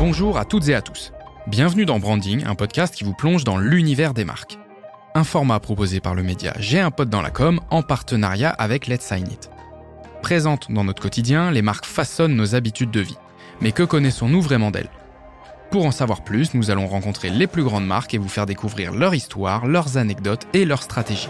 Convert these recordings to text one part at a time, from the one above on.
Bonjour à toutes et à tous. Bienvenue dans Branding, un podcast qui vous plonge dans l'univers des marques. Un format proposé par le média J'ai un pote dans la com en partenariat avec Let's Sign It. Présentes dans notre quotidien, les marques façonnent nos habitudes de vie. Mais que connaissons-nous vraiment d'elles ? Pour en savoir plus, nous allons rencontrer les plus grandes marques et vous faire découvrir leur histoire, leurs anecdotes et leurs stratégies.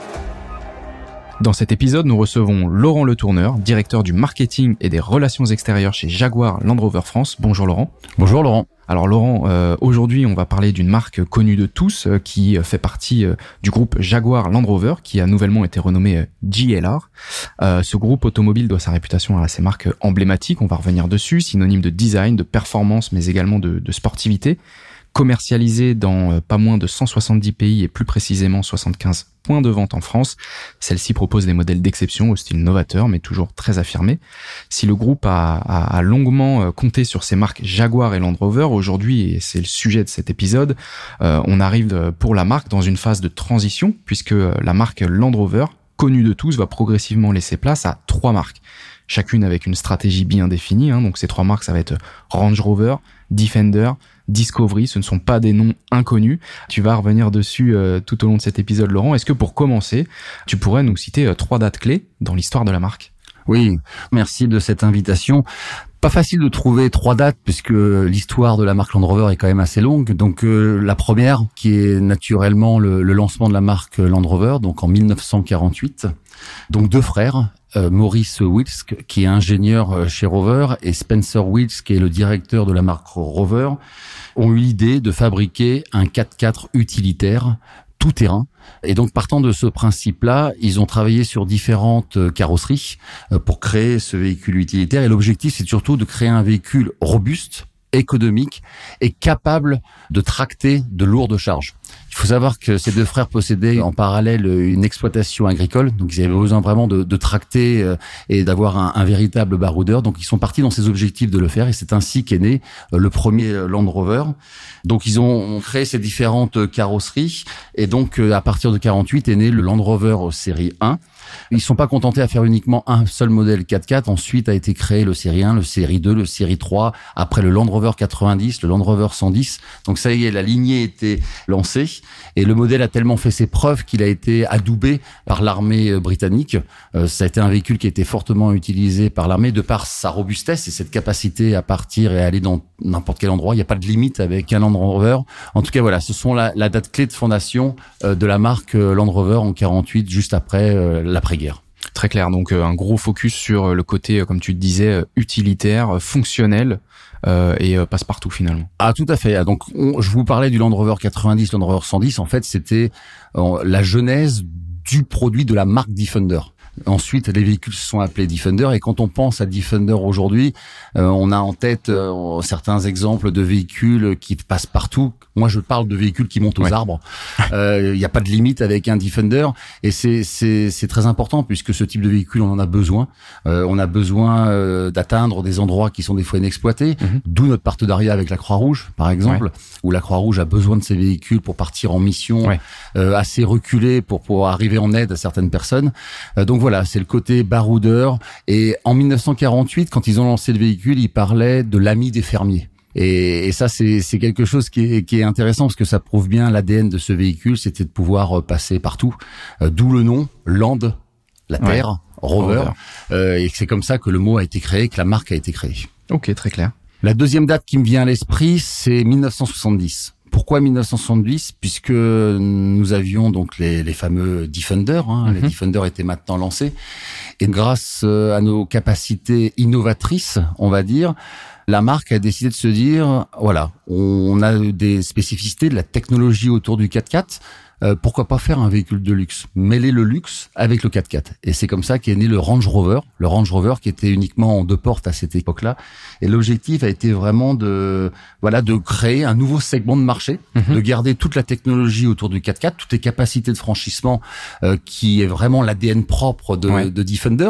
Dans cet épisode, nous recevons Laurent Le Tourneur, directeur du marketing et des relations extérieures chez Jaguar Land Rover France. Bonjour Laurent. Bonjour Laurent. Alors Laurent, aujourd'hui on va parler d'une marque connue de tous qui fait partie du groupe Jaguar Land Rover qui a nouvellement été renommé JLR. Ce groupe automobile doit sa réputation à ces marques emblématiques, on va revenir dessus, synonyme de design, de performance mais également de sportivité. Commercialisé dans pas moins de 170 pays et plus précisément 75 points de vente en France. Celle-ci propose des modèles d'exception au style novateur mais toujours très affirmé. Si le groupe a longuement compté sur ses marques Jaguar et Land Rover, aujourd'hui, et c'est le sujet de cet épisode, on arrive pour la marque dans une phase de transition puisque la marque Land Rover, connue de tous, va progressivement laisser place à 3 marques. Chacune avec une stratégie bien définie. Donc ces 3 marques, ça va être Range Rover, Defender, Discovery, ce ne sont pas des noms inconnus. Tu vas revenir dessus tout au long de cet épisode, Laurent. Est-ce que pour commencer, tu pourrais nous citer 3 dates clés dans l'histoire de la marque ? Oui, merci de cette invitation. Pas facile de trouver 3 dates puisque l'histoire de la marque Land Rover est quand même assez longue. Donc la première, qui est naturellement le lancement de la marque Land Rover, donc en 1948. Donc 2 frères, Maurice Wilks, qui est ingénieur chez Rover, et Spencer Wilks, qui est le directeur de la marque Rover, ont eu l'idée de fabriquer un 4x4 utilitaire tout-terrain. Et donc, partant de ce principe-là, ils ont travaillé sur différentes carrosseries pour créer ce véhicule utilitaire. Et l'objectif, c'est surtout de créer un véhicule robuste, économique et capable de tracter de lourdes charges. Il faut savoir que ces 2 frères possédaient en parallèle une exploitation agricole, donc ils avaient besoin vraiment de tracter et d'avoir un véritable baroudeur. Donc ils sont partis dans ces objectifs de le faire et c'est ainsi qu'est né le premier Land Rover. Donc ils ont créé ces différentes carrosseries et donc à partir de 48 est né le Land Rover série 1. Ils sont pas contentés à faire uniquement un seul modèle 4x4. Ensuite a été créé le série 1, le série 2, le série 3. Après le Land Rover 90, le Land Rover 110. Donc ça y est, la lignée était lancée. Et le modèle a tellement fait ses preuves qu'il a été adoubé par l'armée britannique. Ça a été un véhicule qui a été fortement utilisé par l'armée de par sa robustesse et cette capacité à partir et à aller dans n'importe quel endroit. Il n'y a pas de limite avec un Land Rover. En tout cas, voilà, ce sont la date clé de fondation de la marque Land Rover en 48, juste après l'après-guerre. Très clair, donc un gros focus sur le côté, comme tu le disais, utilitaire, fonctionnel et passe-partout finalement. Ah, tout à fait. Donc, je vous parlais du Land Rover 90, Land Rover 110. En fait, c'était la genèse du produit de la marque Defender. Ensuite, les véhicules se sont appelés Defender et quand on pense à Defender aujourd'hui, on a en tête certains exemples de véhicules qui passent partout. Moi, je parle de véhicules qui montent aux arbres. Il n'y a pas de limite avec un Defender et c'est très important puisque ce type de véhicule, on en a besoin. On a besoin d'atteindre des endroits qui sont des fois inexploités, d'où notre partenariat avec la Croix-Rouge, par exemple, où la Croix-Rouge a besoin de ces véhicules pour partir en mission assez reculée pour pouvoir arriver en aide à certaines personnes. Donc voilà, c'est le côté baroudeur. Et en 1948, quand ils ont lancé le véhicule, ils parlaient de l'ami des fermiers. Et ça, c'est quelque chose qui est intéressant parce que ça prouve bien l'ADN de ce véhicule, c'était de pouvoir passer partout. D'où le nom Land, la terre, Rover. Et c'est comme ça que le mot a été créé, que la marque a été créée. Ok, très clair. La deuxième date qui me vient à l'esprit, c'est 1970. Pourquoi 1970 ? Puisque nous avions donc les fameux Defender, les Defender étaient maintenant lancés. Et grâce à nos capacités innovatrices, on va dire, la marque a décidé de se dire, voilà, on a des spécificités de la technologie autour du 4x4. Pourquoi pas faire un véhicule de luxe, mêler le luxe avec le 4x4. Et c'est comme ça qu'est né le Range Rover qui était uniquement en 2 portes à cette époque-là. Et l'objectif a été vraiment de créer un nouveau segment de marché, de garder toute la technologie autour du 4x4, toutes les capacités de franchissement qui est vraiment l'ADN propre de Defender,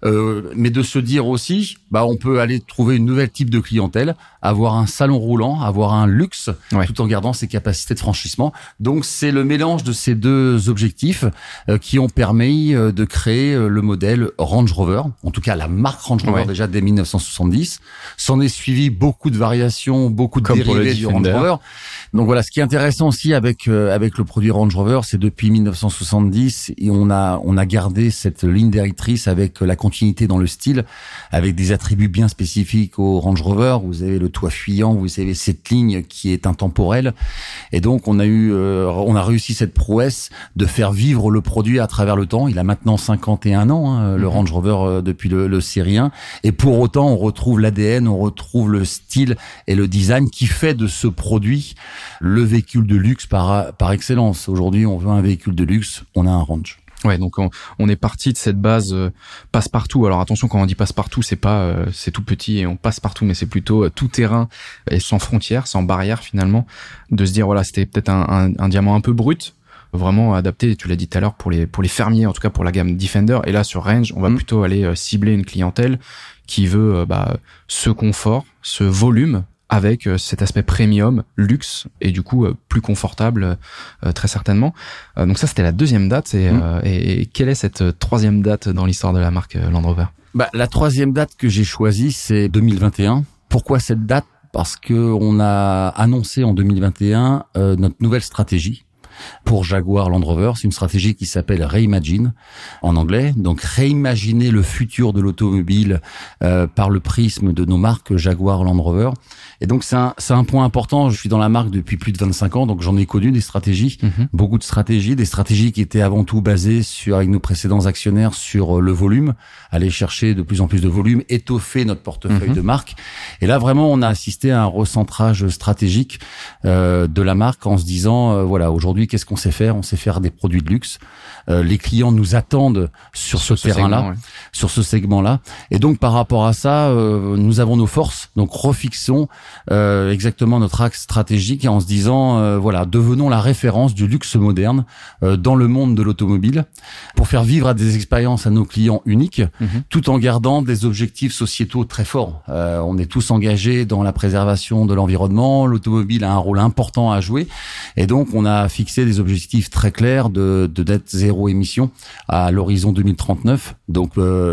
mais de se dire aussi, on peut aller trouver une nouvelle type de clientèle, avoir un salon roulant, avoir un luxe, tout en gardant ses capacités de franchissement. Donc c'est le mélange mélange de ces deux objectifs qui ont permis de créer le modèle Range Rover, en tout cas la marque Range Rover déjà dès 1970. S'en est suivi beaucoup de variations, beaucoup de dérivés du Range Rover. Donc voilà, ce qui est intéressant aussi avec le produit Range Rover, c'est depuis 1970 et on a gardé cette ligne directrice avec la continuité dans le style, avec des attributs bien spécifiques au Range Rover. Vous avez le toit fuyant, vous avez cette ligne qui est intemporelle, et donc on a réussi cette prouesse de faire vivre le produit à travers le temps. Il a maintenant 51 ans, le Range Rover depuis le série 1, et pour autant on retrouve l'ADN, on retrouve le style et le design qui fait de ce produit le véhicule de luxe par excellence. Aujourd'hui, on veut un véhicule de luxe, on a un Range. Ouais, donc on est parti de cette base passe-partout. Alors attention, quand on dit passe-partout, c'est pas c'est tout petit et on passe partout, mais c'est plutôt tout terrain et sans frontières, sans barrières finalement. De se dire voilà, c'était peut-être un diamant un peu brut, vraiment adapté. Tu l'as dit tout à l'heure pour les fermiers, en tout cas pour la gamme Defender. Et là sur Range, on va plutôt aller cibler une clientèle qui veut ce confort, ce volume, avec cet aspect premium, luxe, et du coup plus confortable très certainement. Donc ça, c'était la deuxième date. Et quelle est cette troisième date dans l'histoire de la marque Land Rover ? La troisième date que j'ai choisie, c'est 2021. Pourquoi cette date ? Parce que on a annoncé en 2021 notre nouvelle stratégie pour Jaguar Land Rover. C'est une stratégie qui s'appelle Reimagine en anglais. Donc réimaginer le futur de l'automobile par le prisme de nos marques Jaguar Land Rover. Et donc c'est un point important. Je suis dans la marque depuis plus de 25 ans, donc j'en ai connu des stratégies, beaucoup de stratégies, des stratégies qui étaient avant tout basées avec nos précédents actionnaires sur le volume, aller chercher de plus en plus de volume, étoffer notre portefeuille de marque. Et là vraiment on a assisté à un recentrage stratégique de la marque en se disant voilà, aujourd'hui qu'est-ce qu'on sait faire ? On sait faire des produits de luxe. Les clients nous attendent sur ce terrain-là, sur ce segment-là. Et donc par rapport à ça, nous avons nos forces. Donc refixons exactement notre axe stratégique en se disant voilà, devenons la référence du luxe moderne dans le monde de l'automobile pour faire vivre des expériences à nos clients uniques, tout en gardant des objectifs sociétaux très forts. On est tous engagés dans la préservation de l'environnement. L'automobile a un rôle important à jouer, et donc on a fixé des objectifs très clairs de net zéro émission à l'horizon 2039. Donc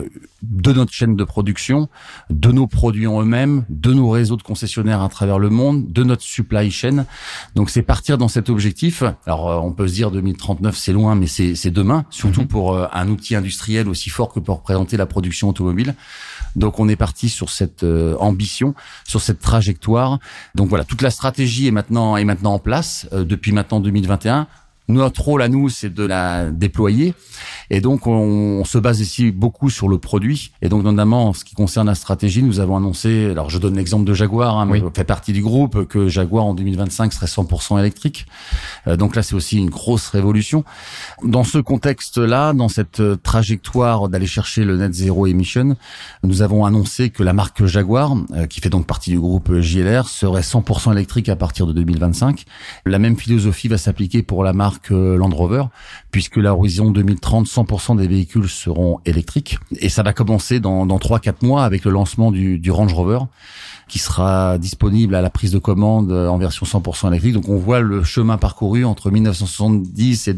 de notre chaîne de production, de nos produits en eux-mêmes, de nos réseaux de concessionnaires à travers le monde, de notre supply chain. Donc c'est partir dans cet objectif. Alors on peut se dire 2039 c'est loin, mais c'est demain, surtout pour un outil industriel aussi fort que peut représenter la production automobile. Donc on est parti sur cette ambition, sur cette trajectoire. Donc voilà, toute la stratégie est maintenant en place depuis maintenant 2021. Notre rôle à nous, c'est de la déployer. Et donc, on se base ici beaucoup sur le produit. Et donc, notamment, en ce qui concerne la stratégie, nous avons annoncé, alors je donne l'exemple de Jaguar, je fais partie du groupe, que Jaguar en 2025 serait 100% électrique. Donc là, c'est aussi une grosse révolution. Dans ce contexte-là, dans cette trajectoire d'aller chercher le net zero emission, nous avons annoncé que la marque Jaguar, qui fait donc partie du groupe JLR, serait 100% électrique à partir de 2025. La même philosophie va s'appliquer pour la marque Land Rover, puisque l'horizon 2030, 100% des véhicules seront électriques. Et ça va commencer dans 3-4 mois avec le lancement du Range Rover, qui sera disponible à la prise de commande en version 100% électrique. Donc on voit le chemin parcouru entre 1970 et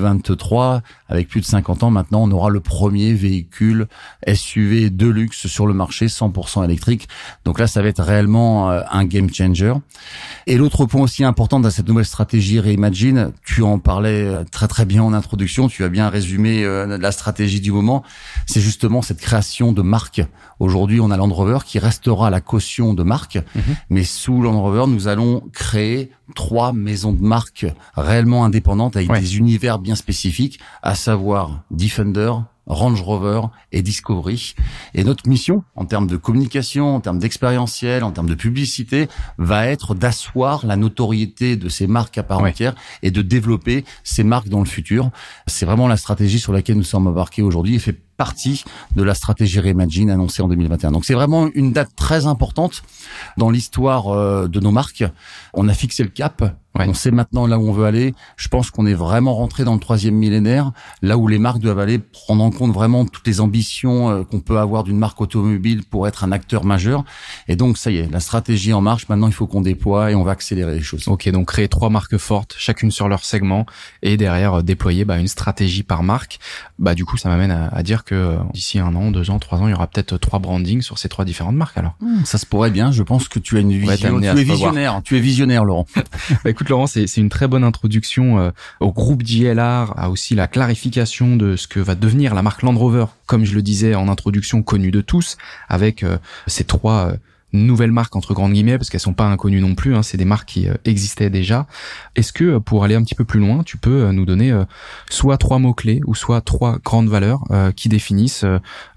2023, avec plus de 50 ans maintenant, on aura le premier véhicule SUV de luxe sur le marché 100% électrique. Donc là, ça va être réellement un game changer. Et l'autre point aussi important dans cette nouvelle stratégie Reimagine, tu en parlais très très bien en introduction, tu as bien résumé la stratégie du moment, c'est justement cette création de marque. Aujourd'hui, on a Land Rover qui restera la caution de marque, mais sous Land Rover, nous allons créer 3 maisons de marque réellement indépendantes avec des univers bien spécifiques, à savoir Defender, Range Rover et Discovery. Et notre mission, en termes de communication, en termes d'expérientiel, en termes de publicité, va être d'asseoir la notoriété de ces marques à part entière et de développer ces marques dans le futur. C'est vraiment la stratégie sur laquelle nous sommes embarqués aujourd'hui et fait partie de la stratégie Reimagine annoncée en 2021. Donc c'est vraiment une date très importante dans l'histoire de nos marques. On a fixé le cap. Ouais. On sait maintenant là où on veut aller. Je pense qu'on est vraiment rentré dans le 3e millénaire, là où les marques doivent aller prendre en compte vraiment toutes les ambitions qu'on peut avoir d'une marque automobile pour être un acteur majeur. Et donc ça y est, la stratégie en marche. Maintenant, il faut qu'on déploie et on va accélérer les choses. Ok, donc créer 3 marques fortes, chacune sur leur segment, et derrière déployer une stratégie par marque. Du coup, ça m'amène à dire que d'ici 1 an, 2 ans, 3 ans, il y aura peut-être 3 brandings sur ces 3 différentes marques. Alors, ça se pourrait bien. Je pense que tu as une vision. Tu es visionnaire. Tu es visionnaire, Laurent. Écoute, Laurent, c'est une très bonne introduction au groupe JLR, à aussi la clarification de ce que va devenir la marque Land Rover, comme je le disais en introduction, connue de tous, avec ces 3 nouvelles marques entre grandes guillemets, parce qu'elles sont pas inconnues non plus, c'est des marques qui existaient déjà. Est-ce que, pour aller un petit peu plus loin, tu peux nous donner soit 3 mots-clés ou soit 3 grandes valeurs qui définissent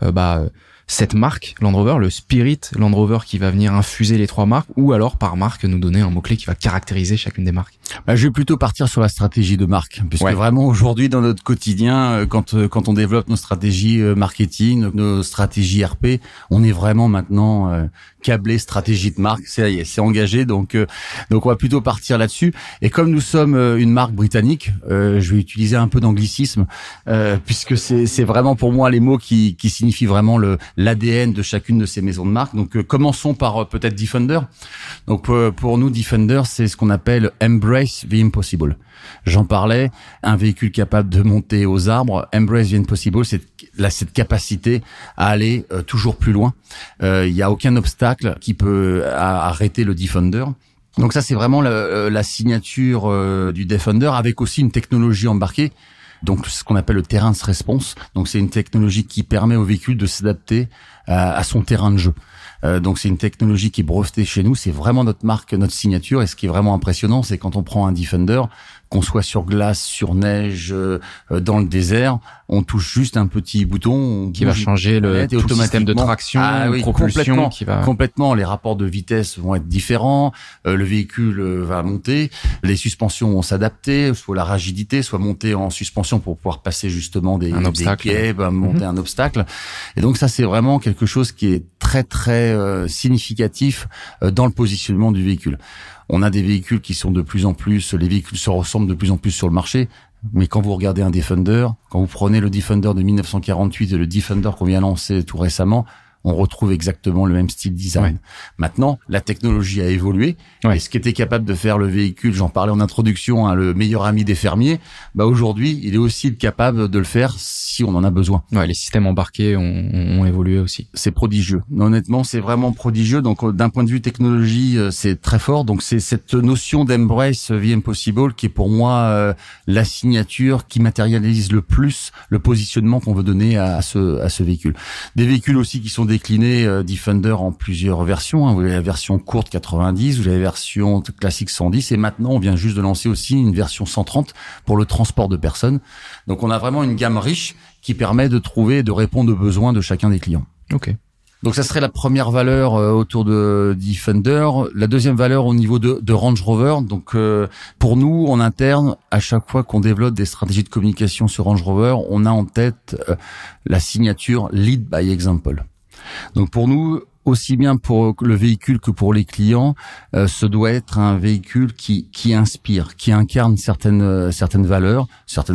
cette marque Land Rover, le spirit Land Rover qui va venir infuser les 3 marques, ou alors par marque nous donner un mot-clé qui va caractériser chacune des marques? Je vais plutôt partir sur la stratégie de marque, puisque vraiment aujourd'hui dans notre quotidien, quand on développe nos stratégies marketing, nos stratégies RP, on est vraiment maintenant câblé stratégie de marque, c'est engagé, donc on va plutôt partir là-dessus. Et comme nous sommes une marque britannique, je vais utiliser un peu d'anglicisme, puisque c'est vraiment pour moi les mots qui signifient vraiment l'ADN de chacune de ces maisons de marque. Donc commençons par peut-être Defender. Donc pour nous Defender, c'est ce qu'on appelle Embrace the Impossible. J'en parlais, un véhicule capable de monter aux arbres. Embrace the Impossible, c'est cette capacité à aller toujours plus loin. Il y a aucun obstacle qui peut arrêter le Defender. Donc ça, c'est vraiment la signature du Defender, avec aussi une technologie embarquée. Donc ce qu'on appelle le terrain response. Donc c'est une technologie qui permet au véhicule de s'adapter à son terrain de jeu. Donc c'est une technologie qui est brevetée chez nous, c'est vraiment notre marque, notre signature. Et ce qui est vraiment impressionnant, c'est quand on prend un Defender, qu'on soit sur glace, sur neige, dans le désert, on touche juste un petit bouton qui va changer tout le système de traction, propulsion, complètement. Les rapports de vitesse vont être différents, le véhicule va monter, les suspensions vont s'adapter, soit la rigidité, soit monter en suspension pour pouvoir passer justement des quais, monter un obstacle. Et donc ça, c'est vraiment quelque chose qui est très très significatif dans le positionnement du véhicule. On a des véhicules qui sont de plus en plus, les véhicules se ressemblent de plus en plus sur le marché. Mais quand vous regardez un Defender, quand vous prenez le Defender de 1948 et le Defender qu'on vient lancer tout récemment, on retrouve exactement le même style design. Ouais. Maintenant, la technologie a évolué. Ouais. Et ce qu'était capable de faire le véhicule, j'en parlais en introduction, le meilleur ami des fermiers, aujourd'hui, il est aussi capable de le faire si on en a besoin. Ouais, les systèmes embarqués ont évolué aussi. C'est prodigieux. Honnêtement, c'est vraiment prodigieux. Donc, d'un point de vue technologie, c'est très fort. Donc, c'est cette notion d'embrace the impossible qui est pour moi la signature qui matérialise le plus le positionnement qu'on veut donner à ce véhicule. Des véhicules aussi qui sont déclinés Defender en plusieurs versions. Vous avez la version courte 90, vous avez la version classique 110, et maintenant, on vient juste de lancer aussi une version 130 pour le transport de personnes. Donc, on a vraiment une gamme riche qui permet de trouver et de répondre aux besoins de chacun des clients. Ok. Donc ça serait la première valeur autour de Defender. La deuxième valeur au niveau de Range Rover. Donc pour nous, en interne, à chaque fois qu'on développe des stratégies de communication sur Range Rover, on a en tête la signature Lead by Example. Donc pour nous, aussi bien pour le véhicule que pour les clients, ce doit être un véhicule qui inspire, qui incarne certaines valeurs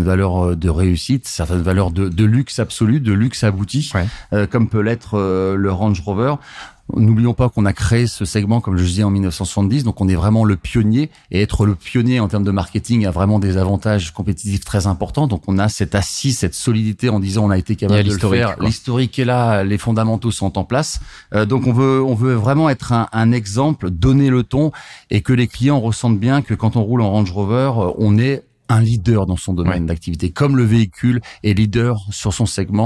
de réussite, certaines valeurs de luxe absolu, de luxe abouti, comme peut l'être le Range Rover. N'oublions pas qu'on a créé ce segment, comme je disais, en 1970, donc on est vraiment le pionnier, et être le pionnier en termes de marketing a vraiment des avantages compétitifs très importants. Donc on a cette assise, cette solidité en disant on a été capable de le faire. L'historique est là, les fondamentaux sont en place. Donc on veut vraiment être un exemple, donner le ton, et que les clients ressentent bien que quand on roule en Range Rover, on est un leader dans son domaine d'activité, comme le véhicule est leader sur son segment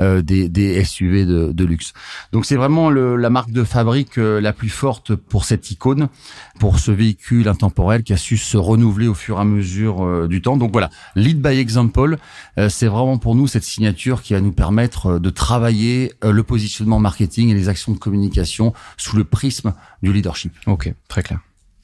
des SUV de luxe. Donc c'est vraiment la marque de fabrique la plus forte pour cette icône, pour ce véhicule intemporel qui a su se renouveler au fur et à mesure du temps. Donc voilà, Lead by Example, c'est vraiment pour nous cette signature qui va nous permettre de travailler le positionnement marketing et les actions de communication sous le prisme du leadership. Ok, très clair.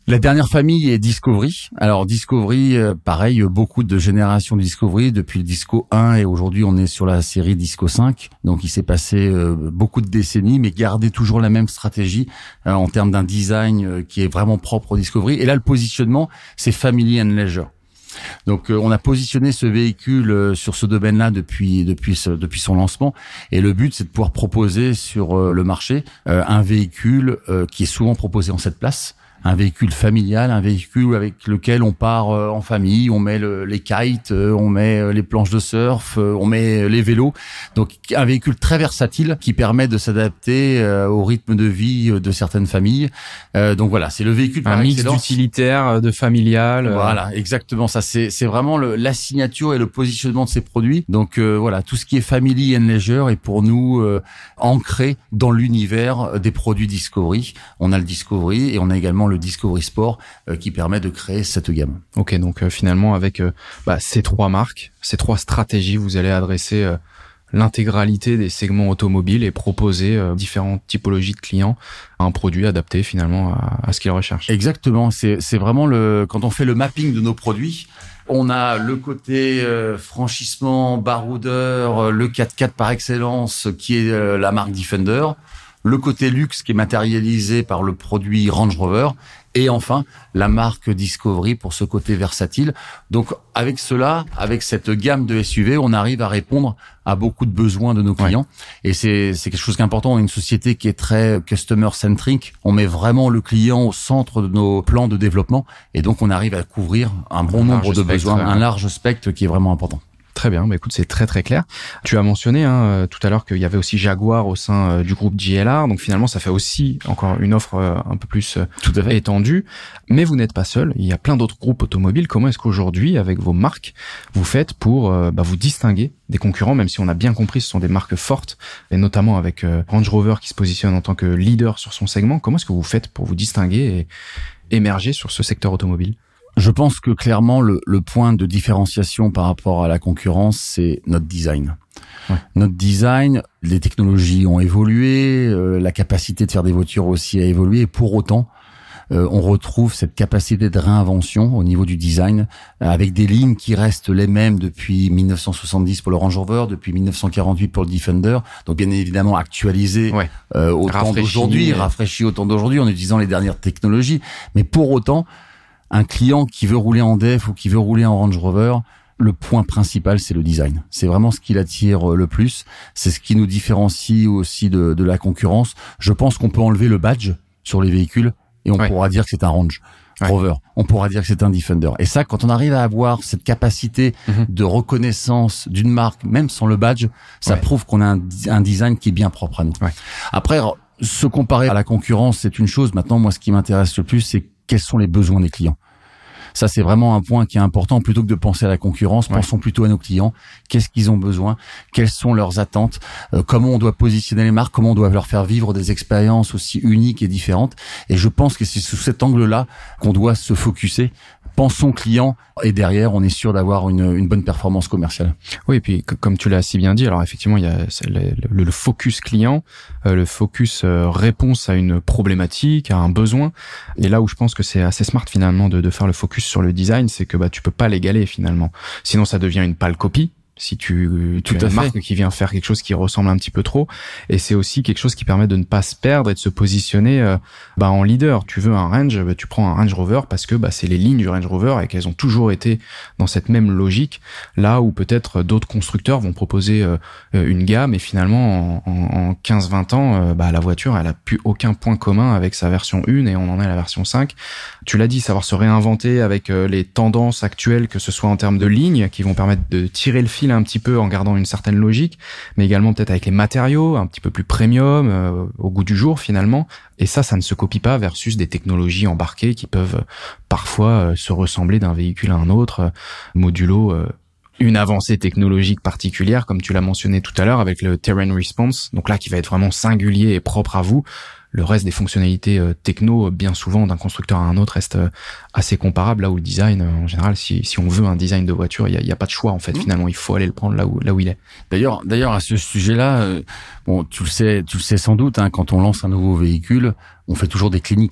La dernière famille est Discovery. Alors Discovery, pareil, beaucoup de générations de Discovery depuis le Disco 1 et aujourd'hui on est sur la série Disco 5. Donc il s'est passé beaucoup de décennies, mais garder toujours la même stratégie en termes d'un design qui est vraiment propre au Discovery. Et là le positionnement, c'est Family and Leisure. Donc on a positionné ce véhicule sur ce domaine-là depuis son lancement, et le but c'est de pouvoir proposer sur le marché un véhicule qui est souvent proposé en 7 places. Un véhicule familial, un véhicule avec lequel on part en famille, on met les kites, on met les planches de surf, on met les vélos. Donc un véhicule très versatile qui permet de s'adapter au rythme de vie de certaines familles. Donc voilà, c'est le véhicule par excellence. Un mix d'utilitaire, de familial. Voilà, exactement ça. C'est vraiment la signature et le positionnement de ces produits. Donc voilà, tout ce qui est family and leisure est pour nous ancré dans l'univers des produits Discovery. On a le Discovery et on a également le Discovery Sport qui permet de créer cette gamme. Ok, donc finalement avec ces 3 marques, ces 3 stratégies, vous allez adresser l'intégralité des segments automobiles et proposer différentes typologies de clients à un produit adapté finalement à ce qu'ils recherchent. Exactement, c'est vraiment quand on fait le mapping de nos produits, on a le côté franchissement, baroudeur, le 4x4 par excellence qui est la marque Defender, le côté luxe qui est matérialisé par le produit Range Rover, et enfin la marque Discovery pour ce côté versatile. Donc avec cela, avec cette gamme de SUV, on arrive à répondre à beaucoup de besoins de nos clients. Ouais. Et c'est quelque chose d'important. On est une société qui est très customer centric. On met vraiment le client au centre de nos plans de développement, et donc on arrive à couvrir un bon nombre de besoins, un large spectre qui est vraiment important. Très bien, écoute, c'est très très clair. Tu as mentionné tout à l'heure qu'il y avait aussi Jaguar au sein du groupe JLR, donc finalement ça fait aussi encore une offre un peu plus étendue. Mais vous n'êtes pas seul, il y a plein d'autres groupes automobiles. Comment est-ce qu'aujourd'hui, avec vos marques, vous faites pour vous distinguer des concurrents, même si on a bien compris ce sont des marques fortes, et notamment avec Range Rover qui se positionne en tant que leader sur son segment. Comment est-ce que vous faites pour vous distinguer et émerger sur ce secteur automobile ? Je pense que clairement le point de différenciation par rapport à la concurrence, c'est notre design. Ouais. Notre design, les technologies ont évolué, la capacité de faire des voitures aussi a évolué, et pour autant, on retrouve cette capacité de réinvention au niveau du design, avec des lignes qui restent les mêmes depuis 1970 pour le Range Rover, depuis 1948 pour le Defender, donc bien évidemment actualisé au temps d'aujourd'hui, rafraîchi au temps d'aujourd'hui en utilisant les dernières technologies, mais pour autant, un client qui veut rouler en Def ou qui veut rouler en Range Rover, le point principal, c'est le design. C'est vraiment ce qui l'attire le plus. C'est ce qui nous différencie aussi de la concurrence. Je pense qu'on peut enlever le badge sur les véhicules et on pourra dire que c'est un Range Rover. On pourra dire que c'est un Defender. Et ça, quand on arrive à avoir cette capacité de reconnaissance d'une marque, même sans le badge, ça prouve qu'on a un design qui est bien propre à nous. Ouais. Après, se comparer à la concurrence, c'est une chose. Maintenant, moi, ce qui m'intéresse le plus, c'est quels sont les besoins des clients. Ça, c'est vraiment un point qui est important. Plutôt que de penser à la concurrence, pensons plutôt à nos clients. Qu'est-ce qu'ils ont besoin? Quelles sont leurs attentes? Comment on doit positionner les marques? Comment on doit leur faire vivre des expériences aussi uniques et différentes? Et je pense que c'est sous cet angle-là qu'on doit se focuser. Pensons client, et derrière, on est sûr d'avoir une bonne performance commerciale. Oui, et puis comme tu l'as si bien dit, alors effectivement, il y a le focus client, le focus réponse à une problématique, à un besoin. Et là où je pense que c'est assez smart finalement de faire le focus sur le design, c'est que tu peux pas l'égaler finalement. Sinon, ça devient une pâle copie. Si tu as une marque qui vient faire quelque chose qui ressemble un petit peu trop, et c'est aussi quelque chose qui permet de ne pas se perdre et de se positionner en leader. Tu veux un Range, tu prends un Range Rover parce que c'est les lignes du Range Rover et qu'elles ont toujours été dans cette même logique, là où peut-être d'autres constructeurs vont proposer une gamme et finalement en 15-20 ans la voiture elle a plus aucun point commun avec sa version 1 et on en est à la version 5. Tu l'as dit, savoir se réinventer avec les tendances actuelles, que ce soit en termes de lignes qui vont permettre de tirer le fil un petit peu en gardant une certaine logique, mais également peut-être avec les matériaux un petit peu plus premium, au goût du jour finalement. Et ça ne se copie pas versus des technologies embarquées qui peuvent parfois se ressembler d'un véhicule à un autre, modulo une avancée technologique particulière, comme tu l'as mentionné tout à l'heure, avec le Terrain Response, donc là qui va être vraiment singulier et propre à vous. Le reste des fonctionnalités techno, bien souvent, d'un constructeur à un autre, reste assez comparable, là où le design, en général, si on veut un design de voiture, il y a pas de choix, en fait, finalement, il faut aller le prendre là où il est. D'ailleurs, à ce sujet-là, tu le sais sans doute, quand on lance un nouveau véhicule, on fait toujours des cliniques.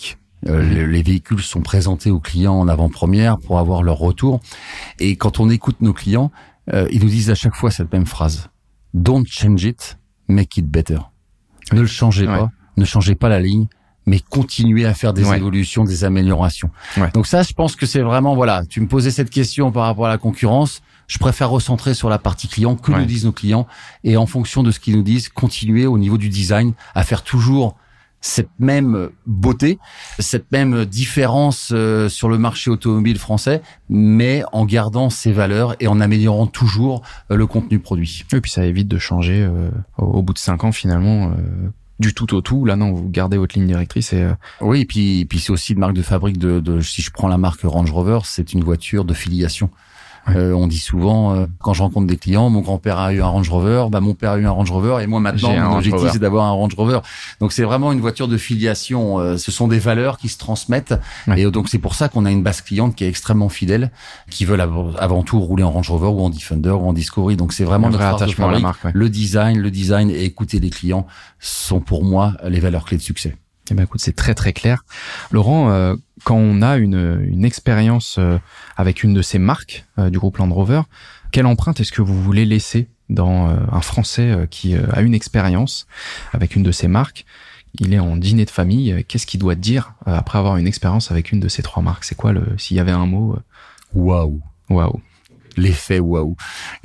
Les véhicules sont présentés aux clients en avant-première pour avoir leur retour. Et quand on écoute nos clients, ils nous disent à chaque fois cette même phrase. Don't change it, make it better. Ne le changez pas, ne changez pas la ligne, mais continuez à faire des évolutions, des améliorations. Donc ça, je pense que c'est vraiment, voilà, tu me posais cette question par rapport à la concurrence, je préfère recentrer sur la partie client, que nous disent nos clients, et en fonction de ce qu'ils nous disent, continuer au niveau du design à faire toujours cette même beauté, cette même différence sur le marché automobile français, mais en gardant ses valeurs et en améliorant toujours le contenu produit. Et puis ça évite de changer au bout de 5 ans finalement du tout au tout. Là non, vous gardez votre ligne directrice et oui, et puis c'est aussi une marque de fabrique de si je prends la marque Range Rover, c'est une voiture de filiation. On dit souvent, quand je rencontre des clients, mon grand-père a eu un Range Rover, mon père a eu un Range Rover, et moi maintenant, mon objectif c'est d'avoir un Range Rover. Donc c'est vraiment une voiture de filiation. Ce sont des valeurs qui se transmettent, et donc c'est pour ça qu'on a une base cliente qui est extrêmement fidèle, qui veulent avant tout rouler en Range Rover ou en Defender ou en Discovery. Donc c'est vraiment notre force de fabrique. Le design et écouter les clients sont pour moi les valeurs clés de succès. Eh ben écoute, c'est très très clair. Laurent, quand on a une expérience avec une de ces marques du groupe Land Rover, quelle empreinte est-ce que vous voulez laisser dans un Français qui a une expérience avec une de ces marques? Il est en dîner de famille, qu'est-ce qu'il doit dire après avoir une expérience avec une de ces 3 marques? C'est quoi s'il y avait un mot? Waouh. L'effet waouh.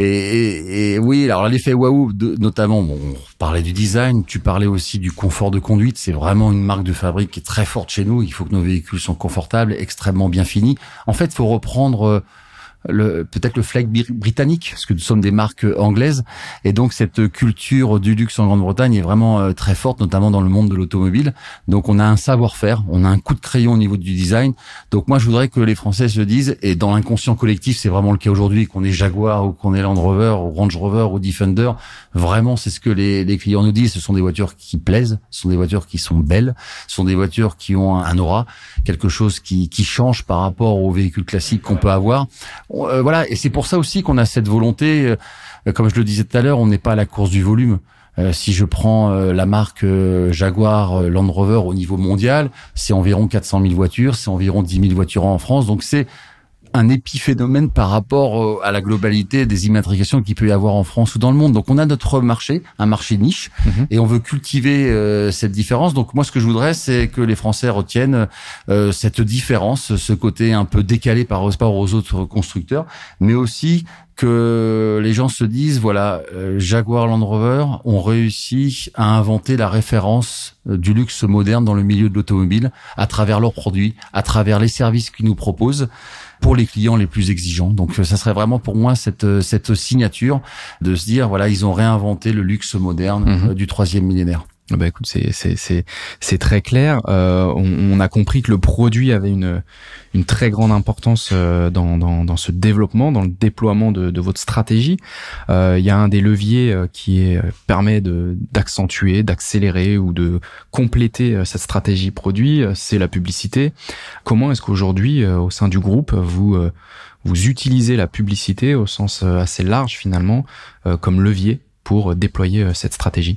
Et oui, alors l'effet waouh, notamment, on parlait du design, tu parlais aussi du confort de conduite. C'est vraiment une marque de fabrique qui est très forte chez nous. Il faut que nos véhicules soient confortables, extrêmement bien finis. En fait, il faut reprendre peut-être le flag britannique, parce que nous sommes des marques anglaises, et donc cette culture du luxe en Grande-Bretagne est vraiment très forte, notamment dans le monde de l'automobile. Donc on a un savoir-faire, on a un coup de crayon au niveau du design. Donc moi je voudrais que les Français se disent, et dans l'inconscient collectif c'est vraiment le cas aujourd'hui, qu'on ait Jaguar ou qu'on ait Land Rover ou Range Rover ou Defender, vraiment c'est ce que les clients nous disent. Ce sont des voitures qui plaisent, ce sont des voitures qui sont belles, ce sont des voitures qui ont un aura, quelque chose qui change par rapport aux véhicules classiques qu'on peut avoir. Voilà, et c'est pour ça aussi qu'on a cette volonté, comme je le disais tout à l'heure, on n'est pas à la course du volume. Si je prends la marque Jaguar Land Rover au niveau mondial, c'est environ 400 000 voitures, c'est environ 10 000 voitures en France, donc c'est un épiphénomène par rapport à la globalité des immatriculations qu'il peut y avoir en France ou dans le monde. Donc on a notre marché, un marché niche, et on veut cultiver cette différence. Donc moi ce que je voudrais, c'est que les Français retiennent cette différence, ce côté un peu décalé par rapport aux autres constructeurs, mais aussi que les gens se disent, voilà, Jaguar Land Rover ont réussi à inventer la référence du luxe moderne dans le milieu de l'automobile à travers leurs produits, à travers les services qu'ils nous proposent pour les clients les plus exigeants. Donc ça serait vraiment pour moi cette signature de se dire, voilà, ils ont réinventé le luxe moderne du 3e millénaire. Bah écoute, c'est très clair. On a compris que le produit avait une très grande importance dans ce développement, dans le déploiement de votre stratégie. Il y a un des leviers qui permet d'accentuer, d'accélérer ou de compléter cette stratégie produit, c'est la publicité. Comment est-ce qu'aujourd'hui, au sein du groupe, vous utilisez la publicité au sens assez large finalement comme levier pour déployer cette stratégie?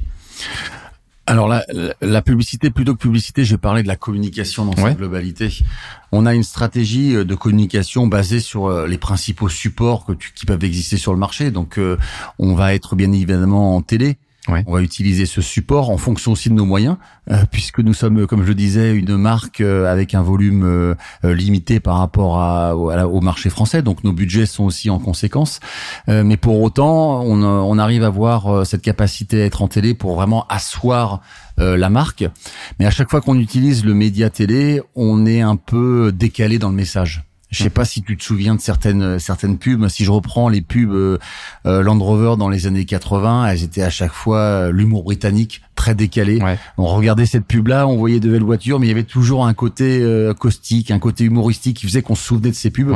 Alors la publicité, plutôt que publicité, je vais parler de la communication dans sa globalité. On a une stratégie de communication basée sur les principaux supports qui peuvent exister sur le marché. Donc on va être bien évidemment en télé. On va utiliser ce support en fonction aussi de nos moyens, puisque nous sommes, comme je le disais, une marque avec un volume limité par rapport au marché français. Donc nos budgets sont aussi en conséquence. Mais pour autant, on arrive à avoir cette capacité à être en télé pour vraiment asseoir la marque. Mais à chaque fois qu'on utilise le média télé, on est un peu décalé dans le message. Je sais pas si tu te souviens de certaines pubs. Si je reprends les pubs Land Rover dans les années 80, elles étaient à chaque fois l'humour britannique très décalé. On regardait cette pub-là, on voyait de belles voitures, mais il y avait toujours un côté caustique, un côté humoristique qui faisait qu'on se souvenait de ces pubs.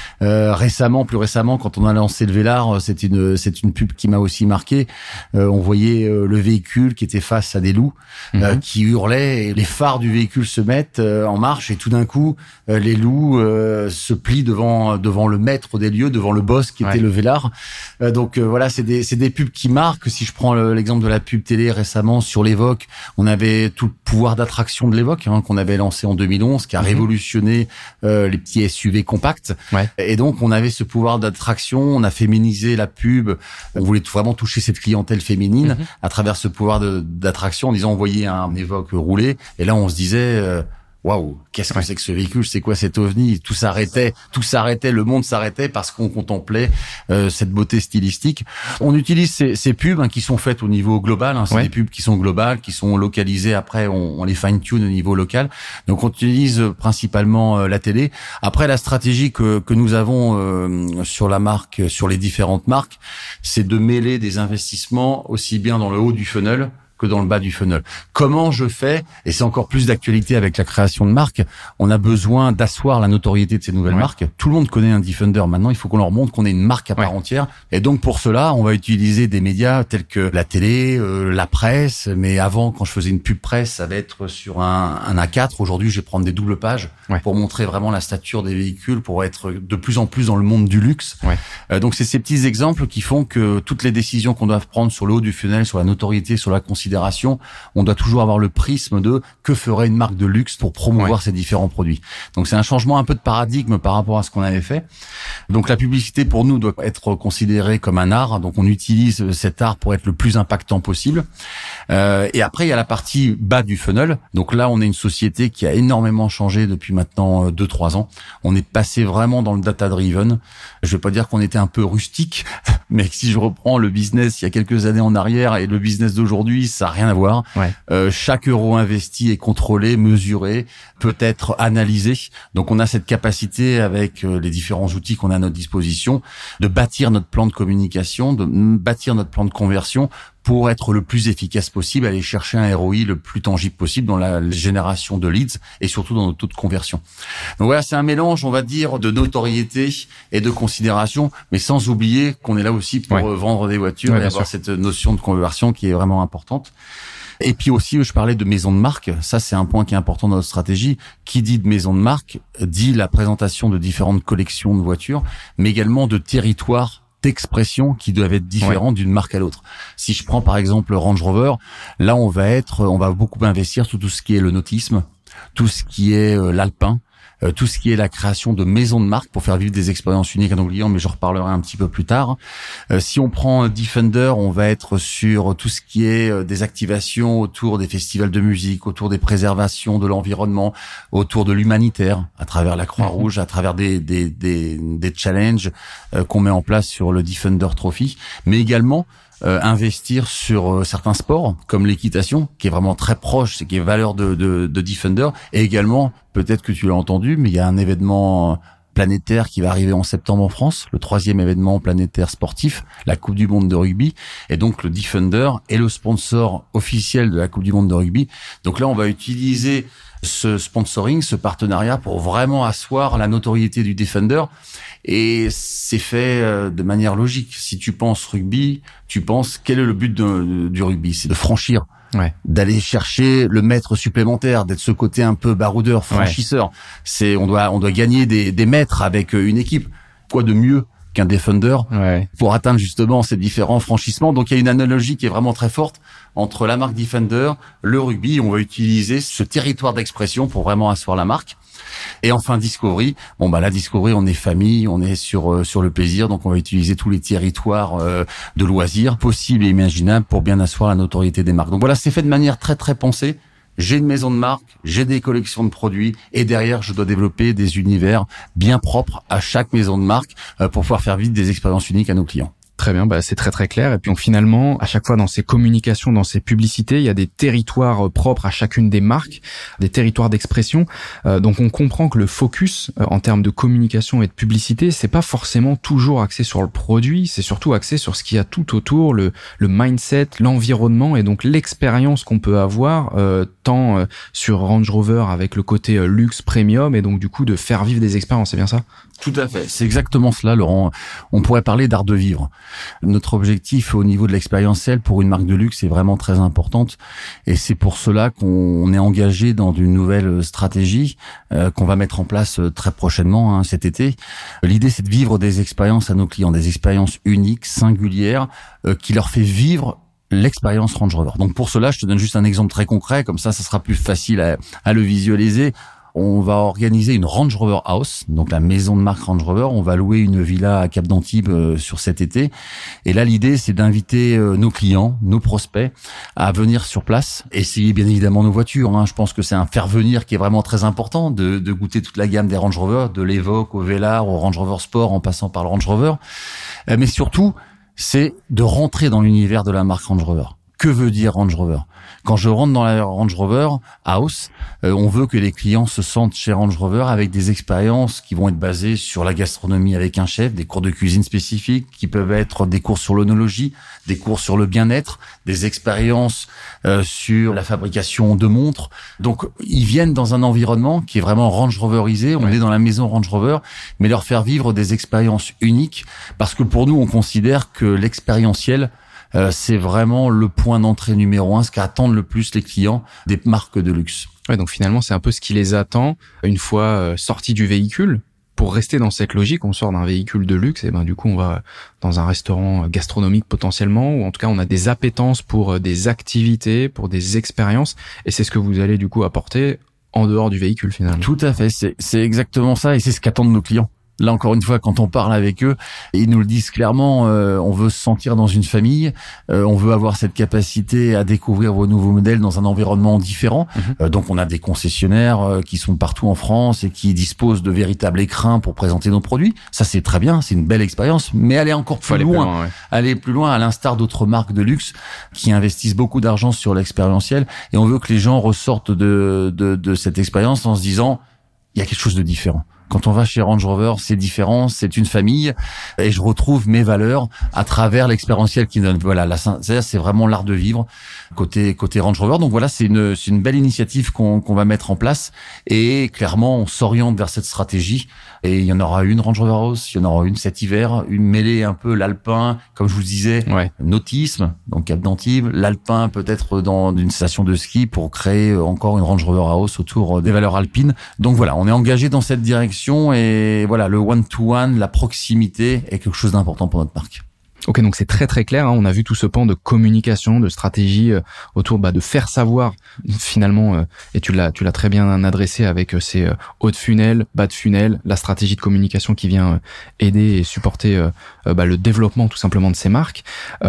Plus récemment, quand on a lancé le Velar, c'est une pub qui m'a aussi marqué. On voyait le véhicule qui était face à des loups qui hurlaient, et les phares du véhicule se mettent en marche, et tout d'un coup, les loups se plient devant le maître des lieux, devant le boss qui était le Velar. Donc voilà, c'est des pubs qui marquent. Si je prends l'exemple de la pub télé récemment sur l'Evoque, on avait tout le pouvoir d'attraction de l'Evoque qu'on avait lancé en 2011, qui a révolutionné les petits SUV compacts. Ouais. Et donc, on avait ce pouvoir d'attraction, on a féminisé la pub, on voulait vraiment toucher cette clientèle féminine à travers ce pouvoir d'attraction en disant on voyait un Evoque rouler, et là on se disait waouh, qu'est-ce que c'est que ce véhicule, c'est quoi cet ovni? Tout s'arrêtait, le monde s'arrêtait parce qu'on contemplait cette beauté stylistique. On utilise ces pubs qui sont faites au niveau global, c'est des pubs qui sont globales, qui sont localisées, après on les fine-tune au niveau local. Donc on utilise principalement la télé. Après, la stratégie que nous avons sur la marque, sur les différentes marques, c'est de mêler des investissements aussi bien dans le haut du funnel que dans le bas du funnel. Comment je fais, et c'est encore plus d'actualité avec la création de marques, on a besoin d'asseoir la notoriété de ces nouvelles marques. Tout le monde connaît un Defender. Maintenant, il faut qu'on leur montre qu'on est une marque à part entière. Et donc, pour cela, on va utiliser des médias tels que la télé, la presse. Mais avant, quand je faisais une pub presse, ça va être sur un A4. Aujourd'hui, je vais prendre des doubles pages pour montrer vraiment la stature des véhicules, pour être de plus en plus dans le monde du luxe. Donc, c'est ces petits exemples qui font que toutes les décisions qu'on doit prendre sur le haut du funnel, sur la notoriété, sur la considération, on doit toujours avoir le prisme de que ferait une marque de luxe pour promouvoir ces différents produits. Donc c'est un changement un peu de paradigme par rapport à ce qu'on avait fait. Donc la publicité pour nous doit être considérée comme un art. Donc on utilise cet art pour être le plus impactant possible. Et après il y a la partie bas du funnel. Donc là on est une société qui a énormément changé depuis maintenant 2-3 ans. On est passé vraiment dans le data driven. Je vais pas dire qu'on était un peu rustique, mais si je reprends le business il y a quelques années en arrière et le business d'aujourd'hui, ça n'a rien à voir. Chaque euro investi est contrôlé, mesuré, peut être analysé. Donc on a cette capacité avec les différents outils qu'on a à notre disposition de bâtir notre plan de communication, de bâtir notre plan de conversion pour être le plus efficace possible, aller chercher un ROI le plus tangible possible dans la génération de leads et surtout dans notre taux de conversion. Donc voilà, c'est un mélange, on va dire, de notoriété et de considération, mais sans oublier qu'on est là aussi pour vendre des voitures et avoir cette notion de conversion qui est vraiment importante. Et puis aussi, je parlais de maison de marque. Ça, c'est un point qui est important dans notre stratégie. Qui dit de maison de marque dit la présentation de différentes collections de voitures, mais également de territoires d'expression qui doivent être différents d'une marque à l'autre. Si je prends par exemple Range Rover, là on va beaucoup investir sur tout ce qui est le nautisme, tout ce qui est l'alpin, tout ce qui est la création de maisons de marque pour faire vivre des expériences uniques à nos clients, mais j'en reparlerai un petit peu plus tard. Si on prend Defender, on va être sur tout ce qui est des activations autour des festivals de musique, autour des préservations de l'environnement, autour de l'humanitaire, à travers la Croix-Rouge, à travers des challenges qu'on met en place sur le Defender Trophy, mais également investir sur certains sports comme l'équitation, qui est vraiment très proche, c'est qui est valeur de Defender, et également, peut-être que tu l'as entendu, mais il y a un événement planétaire qui va arriver en septembre en France, le 3e événement planétaire sportif, la Coupe du Monde de rugby, et donc le Defender est le sponsor officiel de la Coupe du Monde de rugby. Donc là, on va utiliser ce sponsoring, ce partenariat pour vraiment asseoir la notoriété du Defender. Et c'est fait de manière logique. Si tu penses rugby, tu penses quel est le but du rugby? C'est de franchir, d'aller chercher le mètre supplémentaire, d'être ce côté un peu baroudeur, franchisseur. C'est on doit gagner des mètres avec une équipe. Quoi de mieux qu'un Defender pour atteindre justement ces différents franchissements? Donc il y a une analogie qui est vraiment très forte entre la marque Defender, le rugby. On va utiliser ce territoire d'expression pour vraiment asseoir la marque. Et enfin Discovery, la Discovery, on est famille, on est sur le plaisir, donc on va utiliser tous les territoires de loisirs possibles et imaginables pour bien asseoir la notoriété des marques. Donc voilà, c'est fait de manière très très pensée. J'ai une maison de marque, j'ai des collections de produits, et derrière je dois développer des univers bien propres à chaque maison de marque pour pouvoir faire vivre des expériences uniques à nos clients. Très bien, c'est très très clair. Et puis finalement, à chaque fois dans ces communications, dans ces publicités, il y a des territoires propres à chacune des marques, des territoires d'expression. Donc on comprend que le focus en termes de communication et de publicité, c'est pas forcément toujours axé sur le produit, c'est surtout axé sur ce qu'il y a tout autour, le mindset, l'environnement et donc l'expérience qu'on peut avoir tant sur Range Rover avec le côté luxe premium et donc du coup de faire vivre des expériences. C'est bien ça? Tout à fait, c'est exactement cela, Laurent. On pourrait parler d'art de vivre. Notre objectif au niveau de l'expérientiel pour une marque de luxe est vraiment très importante, et c'est pour cela qu'on est engagé dans une nouvelle stratégie qu'on va mettre en place très prochainement cet été. L'idée, c'est de vivre des expériences à nos clients, des expériences uniques, singulières, qui leur fait vivre l'expérience Range Rover. Donc pour cela, je te donne juste un exemple très concret, comme ça sera plus facile à le visualiser. On va organiser une Range Rover House, donc la maison de marque Range Rover. On va louer une villa à Cap d'Antibes sur cet été. Et là, l'idée, c'est d'inviter nos clients, nos prospects, à venir sur place, essayer bien évidemment nos voitures. Je pense que c'est un faire venir qui est vraiment très important, de goûter toute la gamme des Range Rover, de l'Evoque au Velar, au Range Rover Sport, en passant par le Range Rover. Mais surtout, c'est de rentrer dans l'univers de la marque Range Rover. Que veut dire Range Rover? Quand je rentre dans la Range Rover House, on veut que les clients se sentent chez Range Rover avec des expériences qui vont être basées sur la gastronomie avec un chef, des cours de cuisine spécifiques, qui peuvent être des cours sur l'onologie, des cours sur le bien-être, des expériences sur la fabrication de montres. Donc, ils viennent dans un environnement qui est vraiment Range Roverisé. On est dans la maison Range Rover, mais leur faire vivre des expériences uniques, parce que pour nous, on considère que l'expérientiel, c'est vraiment le point d'entrée numéro 1, ce qu'attendent le plus les clients des marques de luxe. Ouais, donc finalement, c'est un peu ce qui les attend une fois sortis du véhicule. Pour rester dans cette logique, on sort d'un véhicule de luxe et du coup, on va dans un restaurant gastronomique potentiellement, ou en tout cas, on a des appétences pour des activités, pour des expériences, et c'est ce que vous allez du coup apporter en dehors du véhicule finalement. Tout à fait, c'est exactement ça, et c'est ce qu'attendent nos clients. Là, encore une fois, quand on parle avec eux, ils nous le disent clairement, on veut se sentir dans une famille, on veut avoir cette capacité à découvrir vos nouveaux modèles dans un environnement différent. Donc, on a des concessionnaires qui sont partout en France et qui disposent de véritables écrins pour présenter nos produits. Ça, c'est très bien, c'est une belle expérience, mais aller encore plus loin. Aller plus loin, à l'instar d'autres marques de luxe qui investissent beaucoup d'argent sur l'expérientiel. Et on veut que les gens ressortent de cette expérience en se disant, il y a quelque chose de différent. Quand on va chez Range Rover, c'est différent, c'est une famille, et je retrouve mes valeurs à travers l'expérientiel qui donne. Voilà, c'est vraiment l'art de vivre côté Range Rover. Donc voilà, c'est une belle initiative qu'on va mettre en place, et clairement, on s'oriente vers cette stratégie. Et il y en aura une Range Rover House, il y en aura une cet hiver, une mêlée un peu l'alpin, comme je vous disais, nautisme, donc Cap d'Antibes, l'alpin peut-être dans une station de ski pour créer encore une Range Rover House autour des valeurs alpines. Donc voilà, on est engagé dans cette direction, et voilà, le one-to-one, la proximité est quelque chose d'important pour notre marque. Ok, donc c'est très très clair. On a vu tout ce pan de communication, de stratégie autour de faire savoir finalement. Et tu l'as très bien adressé avec ces hauts de funnel, bas de funnel, la stratégie de communication qui vient aider et supporter le développement tout simplement de ces marques.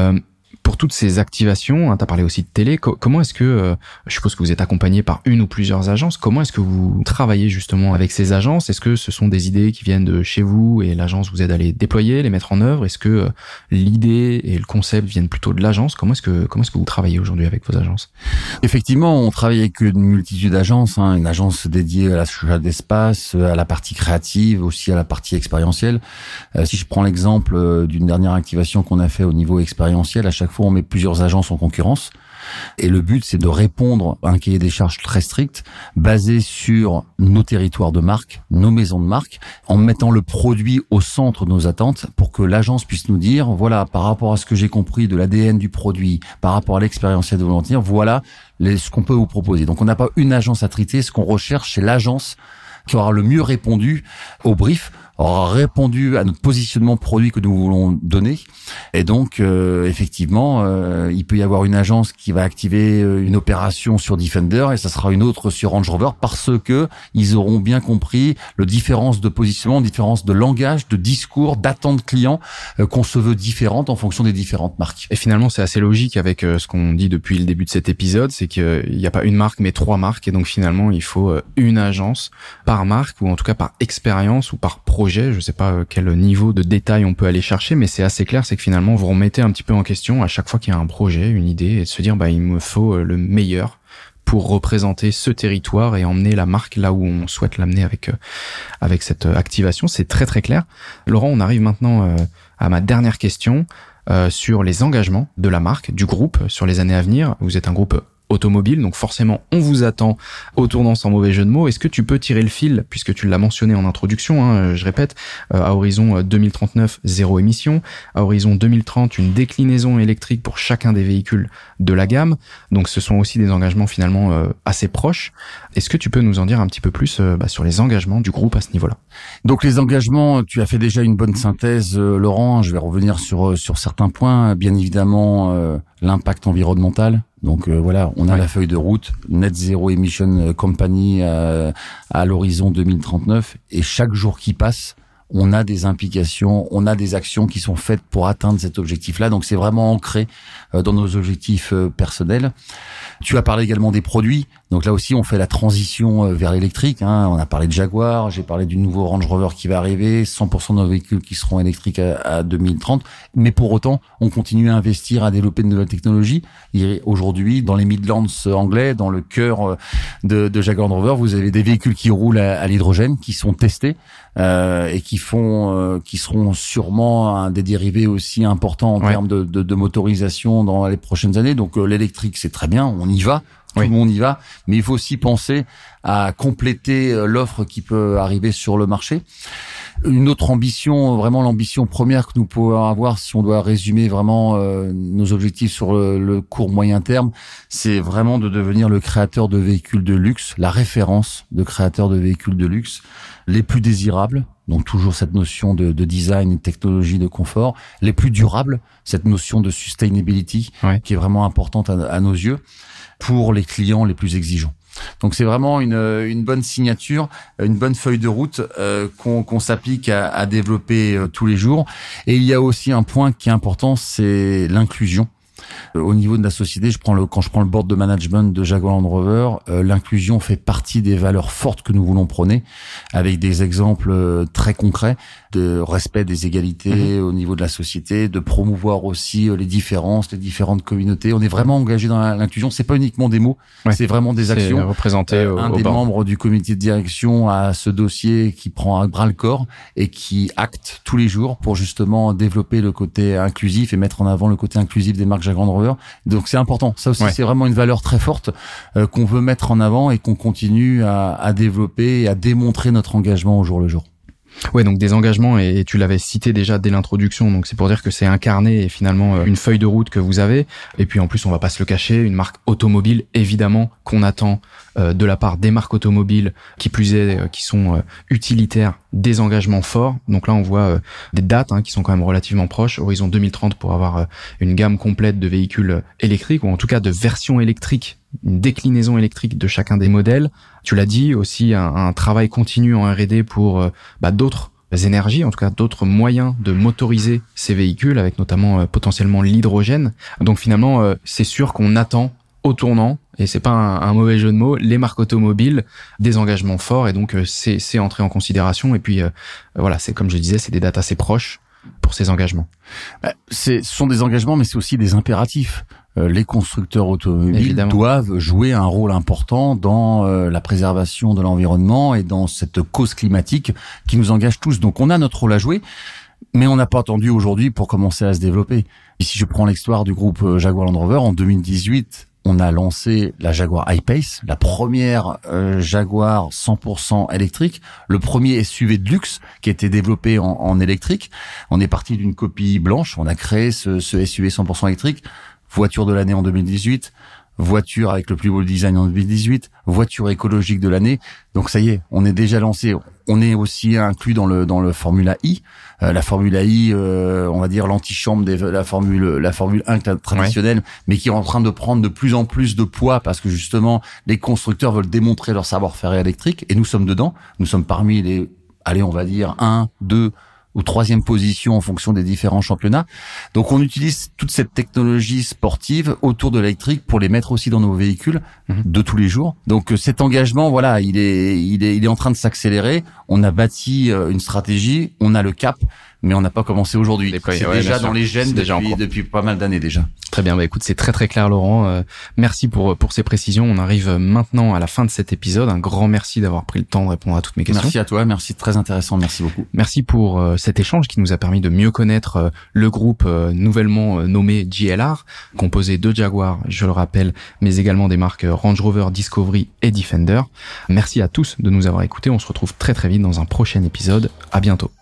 Pour toutes ces activations, tu as parlé aussi de télé, comment est-ce que, je suppose que vous êtes accompagné par une ou plusieurs agences, comment est-ce que vous travaillez justement avec ces agences? Est-ce que ce sont des idées qui viennent de chez vous et l'agence vous aide à les déployer, les mettre en œuvre? Est-ce que l'idée et le concept viennent plutôt de l'agence? Comment est-ce que vous travaillez aujourd'hui avec vos agences? Effectivement, on travaille avec une multitude d'agences, une agence dédiée à l'achat d'espace, à la partie créative, aussi à la partie expérientielle. Si je prends l'exemple d'une dernière activation qu'on a fait au niveau expérientiel, à chaque fois on met plusieurs agences en concurrence, et le but c'est de répondre à un cahier des charges très strict basé sur nos territoires de marque, nos maisons de marque, en mettant le produit au centre de nos attentes pour que l'agence puisse nous dire, voilà, par rapport à ce que j'ai compris de l'ADN du produit, par rapport à l'expérientiel de volontaire, voilà ce qu'on peut vous proposer. Donc on n'a pas une agence à traiter, ce qu'on recherche c'est l'agence qui aura le mieux répondu au brief, aura répondu à notre positionnement produit que nous voulons donner. Et donc, effectivement, il peut y avoir une agence qui va activer une opération sur Defender et ça sera une autre sur Range Rover parce que ils auront bien compris le différence de positionnement, différence de langage, de discours, d'attente client qu'on se veut différente en fonction des différentes marques. Et finalement, c'est assez logique avec ce qu'on dit depuis le début de cet épisode, c'est qu'il n'y a pas une marque mais 3 marques et donc finalement, il faut une agence par marque ou en tout cas par expérience ou par projet. Je sais pas quel niveau de détail on peut aller chercher, mais c'est assez clair, c'est que finalement vous remettez un petit peu en question à chaque fois qu'il y a un projet, une idée, et de se dire il me faut le meilleur pour représenter ce territoire et emmener la marque là où on souhaite l'amener avec cette activation. C'est très très clair. Laurent, on arrive maintenant à ma dernière question sur les engagements de la marque, du groupe sur les années à venir. Vous êtes un groupe automobile. Donc forcément, on vous attend au tournant sans mauvais jeu de mots. Est-ce que tu peux tirer le fil, puisque tu l'as mentionné en introduction, je répète, à horizon 2039, zéro émission, à horizon 2030, une déclinaison électrique pour chacun des véhicules de la gamme. Donc ce sont aussi des engagements finalement assez proches. Est-ce que tu peux nous en dire un petit peu plus sur les engagements du groupe à ce niveau-là? Donc les engagements, tu as fait déjà une bonne synthèse, Laurent. Je vais revenir sur certains points. Bien évidemment, l'impact environnemental. Donc voilà, on a la feuille de route, Net Zero Emission Company à l'horizon 2039, et chaque jour qui passe, on a des implications, on a des actions qui sont faites pour atteindre cet objectif-là. Donc c'est vraiment ancré dans nos objectifs personnels. Tu as parlé également des produits. Donc là aussi, on fait la transition vers l'électrique. On a parlé de Jaguar, j'ai parlé du nouveau Range Rover qui va arriver, 100% de nos véhicules qui seront électriques à 2030. Mais pour autant, on continue à investir, à développer de nouvelles technologies. Et aujourd'hui, dans les Midlands anglais, dans le cœur de Jaguar Land Rover, vous avez des véhicules qui roulent à l'hydrogène, qui sont testés et qui seront sûrement des dérivés aussi importants en termes de motorisation dans les prochaines années. Donc l'électrique, c'est très bien, on y va. Tout le monde y va, mais il faut aussi penser à compléter l'offre qui peut arriver sur le marché. Une autre ambition, vraiment l'ambition première que nous pouvons avoir, si on doit résumer vraiment nos objectifs sur le court moyen terme, c'est vraiment de devenir le créateur de véhicules de luxe, la référence de créateur de véhicules de luxe les plus désirables. Donc toujours cette notion de design, de technologie, de confort, les plus durables, cette notion de sustainability qui est vraiment importante à nos yeux, pour les clients les plus exigeants. Donc c'est vraiment une bonne signature, une bonne feuille de route qu'on s'applique à développer tous les jours. Et il y a aussi un point qui est important, c'est l'inclusion. Au niveau de la société, quand je prends le board de management de Jaguar Land Rover, l'inclusion fait partie des valeurs fortes que nous voulons prôner, avec des exemples très concrets de respect des égalités au niveau de la société, de promouvoir aussi les différences, les différentes communautés. On est vraiment engagé dans l'inclusion. C'est pas uniquement des mots, c'est vraiment des actions. Représenté un des membres du comité de direction a ce dossier qui prend à bras le corps et qui acte tous les jours pour justement développer le côté inclusif et mettre en avant le côté inclusif des marques Jaguar Land Rover. Donc c'est important. Ça aussi, c'est vraiment une valeur très forte qu'on veut mettre en avant et qu'on continue à développer et à démontrer notre engagement au jour le jour. Ouais, donc des engagements, et tu l'avais cité déjà dès l'introduction, donc c'est pour dire que c'est incarné et finalement une feuille de route que vous avez. Et puis en plus, on va pas se le cacher, une marque automobile, évidemment, qu'on attend de la part des marques automobiles, qui plus est, qui sont utilitaires, des engagements forts. Donc là, on voit des dates qui sont quand même relativement proches, horizon 2030 pour avoir une gamme complète de véhicules électriques, ou en tout cas de versions électriques, une déclinaison électrique de chacun des modèles. Tu l'as dit, aussi un travail continu en R&D pour d'autres énergies, en tout cas d'autres moyens de motoriser ces véhicules, avec notamment potentiellement l'hydrogène. Donc finalement, c'est sûr qu'on attend au tournant, et c'est pas un mauvais jeu de mots, les marques automobiles, des engagements forts, et donc c'est entré en considération. Et puis voilà, c'est comme je disais, c'est des dates assez proches pour ces engagements. Ce sont des engagements, mais c'est aussi des impératifs. Les constructeurs automobiles doivent jouer un rôle important dans la préservation de l'environnement et dans cette cause climatique qui nous engage tous. Donc on a notre rôle à jouer, mais on n'a pas attendu aujourd'hui pour commencer à se développer. Et si je prends l'histoire du groupe Jaguar Land Rover, en 2018, on a lancé la Jaguar I-Pace, la première Jaguar 100% électrique, le premier SUV de luxe qui a été développé en électrique. On est parti d'une copie blanche, on a créé ce SUV 100% électrique, voiture de l'année en 2018, voiture avec le plus beau design en 2018, voiture écologique de l'année. Donc ça y est, on est déjà lancé. On est aussi inclus dans le Formula I. La Formula I, on va dire l'antichambre de la Formule 1 traditionnelle, mais qui est en train de prendre de plus en plus de poids parce que justement les constructeurs veulent démontrer leur savoir-faire électrique, et nous sommes dedans. Nous sommes parmi les, on va dire 1, 2 ou 3e position en fonction des différents championnats. Donc on utilise toute cette technologie sportive autour de l'électrique pour les mettre aussi dans nos véhicules de tous les jours. Donc cet engagement, voilà, il est en train de s'accélérer. On a bâti une stratégie, on a le cap. mais on n'a pas commencé aujourd'hui. C'est déjà dans les gènes depuis pas mal d'années déjà. Très bien, écoute, c'est très très clair, Laurent. Merci pour ces précisions. On arrive maintenant à la fin de cet épisode. Un grand merci d'avoir pris le temps de répondre à toutes mes questions. Merci à toi, merci, très intéressant, merci beaucoup. Merci pour cet échange qui nous a permis de mieux connaître le groupe nouvellement nommé JLR, composé de Jaguar, je le rappelle, mais également des marques Range Rover, Discovery et Defender. Merci à tous de nous avoir écoutés. On se retrouve très très vite dans un prochain épisode. À bientôt.